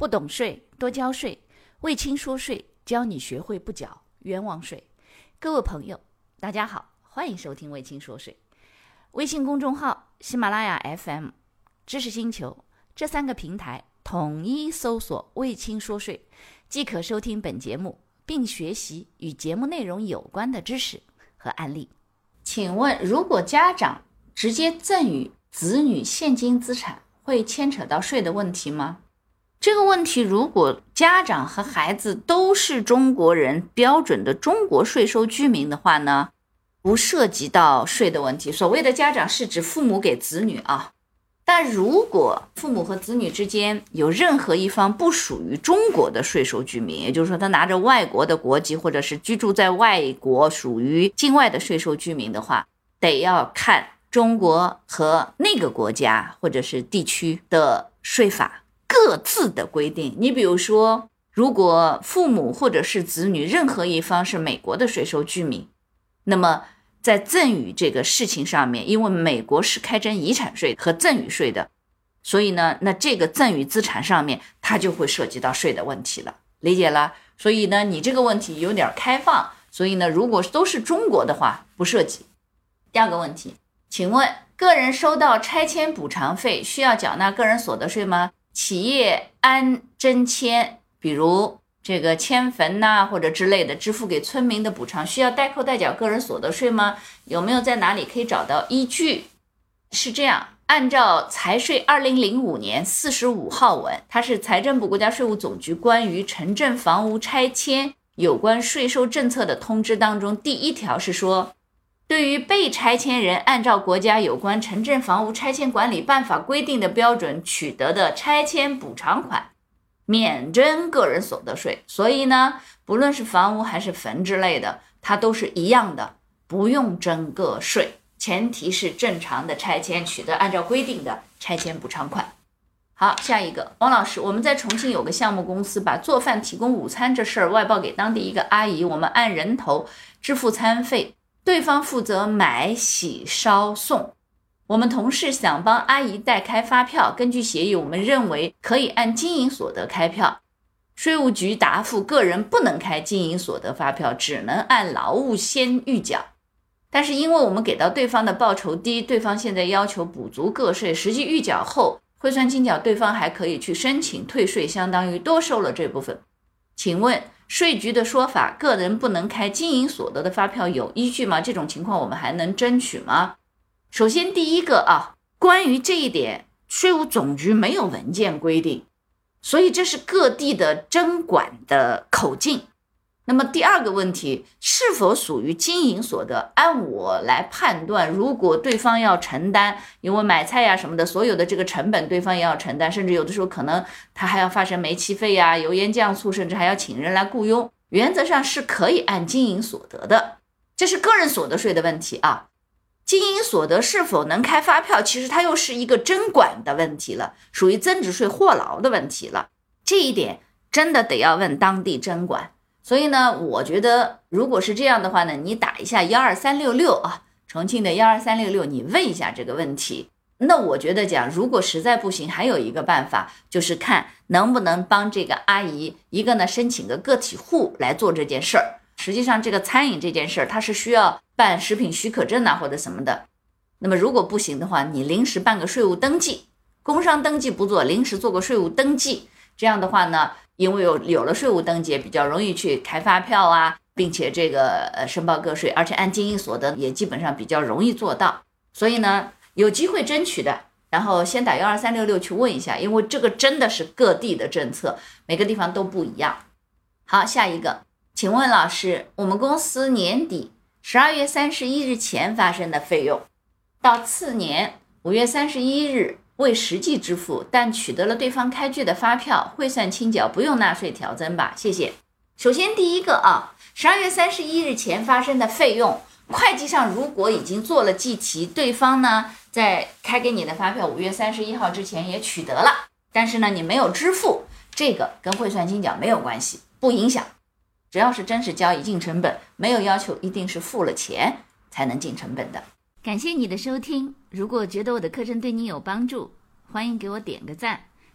不懂税，多交税。魏青说税，教你学会不缴冤枉税。各位朋友，大家好，欢迎收听魏青说税。微信公众号、喜马拉雅 FM、知识星球这3个平台统一搜索魏青说税，即可收听本节目，并学习与节目内容有关的知识和案例。请问，如果家长直接赠与子女现金资产，会牵扯到税的问题吗？这个问题，如果家长和孩子都是中国人，标准的中国税收居民的话呢，不涉及到税的问题。所谓的家长是指父母给子女啊，但如果父母和子女之间有任何一方不属于中国的税收居民，也就是说他拿着外国的国籍，或者是居住在外国属于境外的税收居民的话，得要看中国和那个国家或者是地区的税法各自的规定。你比如说，如果父母或者是子女任何一方是美国的税收居民，那么在赠与这个事情上面，因为美国是开征遗产税和赠与税的，所以呢，那这个赠与资产上面它就会涉及到税的问题了，理解了？所以呢，你这个问题有点开放，所以呢，如果都是中国的话，不涉及。第二个问题，请问个人收到拆迁补偿费需要缴纳个人所得税吗？企业安征迁，比如这个迁坟呐，或者之类的，支付给村民的补偿，需要代扣代缴个人所得税吗？有没有在哪里可以找到依据？是这样，按照财税2005年45号文，它是财政部国家税务总局关于城镇房屋拆迁有关税收政策的通知当中，第1条是说，对于被拆迁人按照国家有关城镇房屋拆迁管理办法规定的标准取得的拆迁补偿款，免征个人所得税。所以呢，不论是房屋还是坟之类的，它都是一样的，不用征个税，前提是正常的拆迁取得按照规定的拆迁补偿款。好，下一个，王老师，我们在重庆有个项目公司，把做饭提供午餐这事儿外包给当地一个阿姨，我们按人头支付餐费，对方负责买洗烧送。我们同事想帮阿姨代开发票，根据协议我们认为可以按经营所得开票，税务局答复个人不能开经营所得发票，只能按劳务先预缴。但是因为我们给到对方的报酬低，对方现在要求补足个税，实际预缴后汇算清缴，对方还可以去申请退税，相当于多收了这部分。请问税局的说法个人不能开经营所得的发票有依据吗？这种情况我们还能争取吗？首先第一个关于这一点，税务总局没有文件规定，所以这是各地的征管的口径。那么第二个问题，是否属于经营所得？按我来判断，如果对方要承担，因为买菜呀什么的，所有的这个成本对方也要承担，甚至有的时候可能他还要发生煤气费呀、油盐酱醋，甚至还要请人来雇佣，原则上是可以按经营所得的。这是个人所得税的问题啊。经营所得是否能开发票，其实它又是一个征管的问题了，属于增值税获劳的问题了。这一点真的得要问当地征管。所以呢，我觉得如果是这样的话呢，你打一下12366重庆的12366，你问一下这个问题。那我觉得讲，如果实在不行，还有一个办法，就是看能不能帮这个阿姨，一个呢申请个个体户来做这件事儿。实际上这个餐饮这件事儿，它是需要办食品许可证或者什么的。那么如果不行的话，你临时办个税务登记，工商登记不做，临时做个税务登记，这样的话呢，因为有了税务登记，比较容易去开发票啊，并且这个申报个税，而且按经营所得也基本上比较容易做到。所以呢，有机会争取的，然后先打12366去问一下，因为这个真的是各地的政策，每个地方都不一样。好，下一个，请问老师，我们公司年底12月31日前发生的费用，到次年5月31日未实际支付，但取得了对方开具的发票，汇算清缴，不用纳税调增吧？谢谢。首先第一个12月31日前发生的费用，会计上如果已经做了计提，对方呢在开给你的发票5月31号之前也取得了，但是呢你没有支付，这个跟汇算清缴没有关系，不影响。只要是真实交易进成本，没有要求一定是付了钱才能进成本的。感谢你的收听，如果觉得我的课程对你有帮助，欢迎给我点个赞，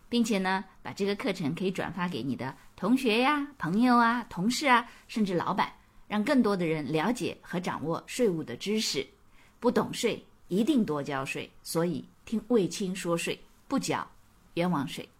并且呢，把这个课程可以转发给你的同学呀、朋友啊、同事啊，甚至老板，让更多的人了解和掌握税务的知识。不懂税，一定多交税。所以听卫青说税，不缴冤枉税。